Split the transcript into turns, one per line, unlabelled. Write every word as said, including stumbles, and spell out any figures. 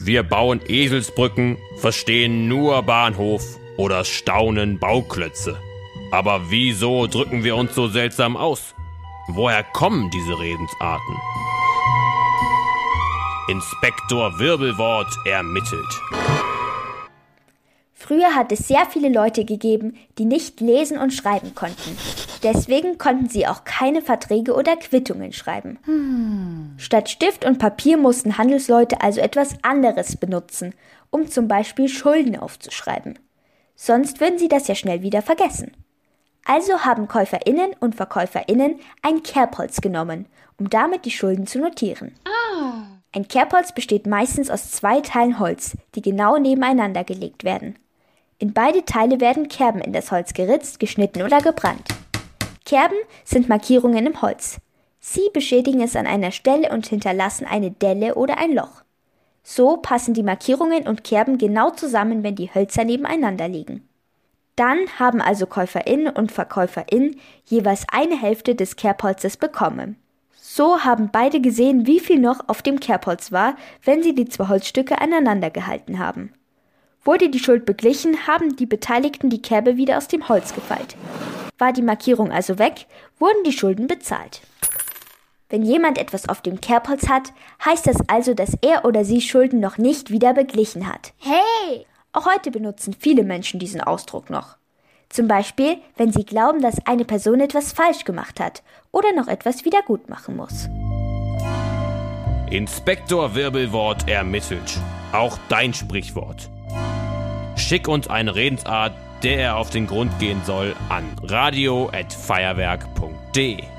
Wir bauen Eselsbrücken, verstehen nur Bahnhof oder staunen Bauklötze. Aber wieso drücken wir uns so seltsam aus? Woher kommen diese Redensarten? Inspektor Wirbelwort ermittelt.
Früher hat es sehr viele Leute gegeben, die nicht lesen und schreiben konnten. Deswegen konnten sie auch keine Verträge oder Quittungen schreiben. Hm. Statt Stift und Papier mussten Handelsleute also etwas anderes benutzen, um zum Beispiel Schulden aufzuschreiben. Sonst würden sie das ja schnell wieder vergessen. Also haben KäuferInnen und VerkäuferInnen ein Kerbholz genommen, um damit die Schulden zu notieren. Ah. Ein Kerbholz besteht meistens aus zwei Teilen Holz, die genau nebeneinander gelegt werden. In beide Teile werden Kerben in das Holz geritzt, geschnitten oder gebrannt. Kerben sind Markierungen im Holz. Sie beschädigen es an einer Stelle und hinterlassen eine Delle oder ein Loch. So passen die Markierungen und Kerben genau zusammen, wenn die Hölzer nebeneinander liegen. Dann haben also KäuferInnen und VerkäuferInnen jeweils eine Hälfte des Kerbholzes bekommen. So haben beide gesehen, wie viel noch auf dem Kerbholz war, wenn sie die zwei Holzstücke aneinander gehalten haben. Wurde die Schuld beglichen, haben die Beteiligten die Kerbe wieder aus dem Holz gefeilt. War die Markierung also weg, wurden die Schulden bezahlt. Wenn jemand etwas auf dem Kerbholz hat, heißt das also, dass er oder sie Schulden noch nicht wieder beglichen hat.
Hey!
Auch heute benutzen viele Menschen diesen Ausdruck noch. Zum Beispiel, wenn sie glauben, dass eine Person etwas falsch gemacht hat oder noch etwas wieder gut machen muss.
Inspektor Wirbelwort ermittelt. Auch dein Sprichwort. Schick uns eine Redensart, der er auf den Grund gehen soll, an radio at feuerwerk punkt de.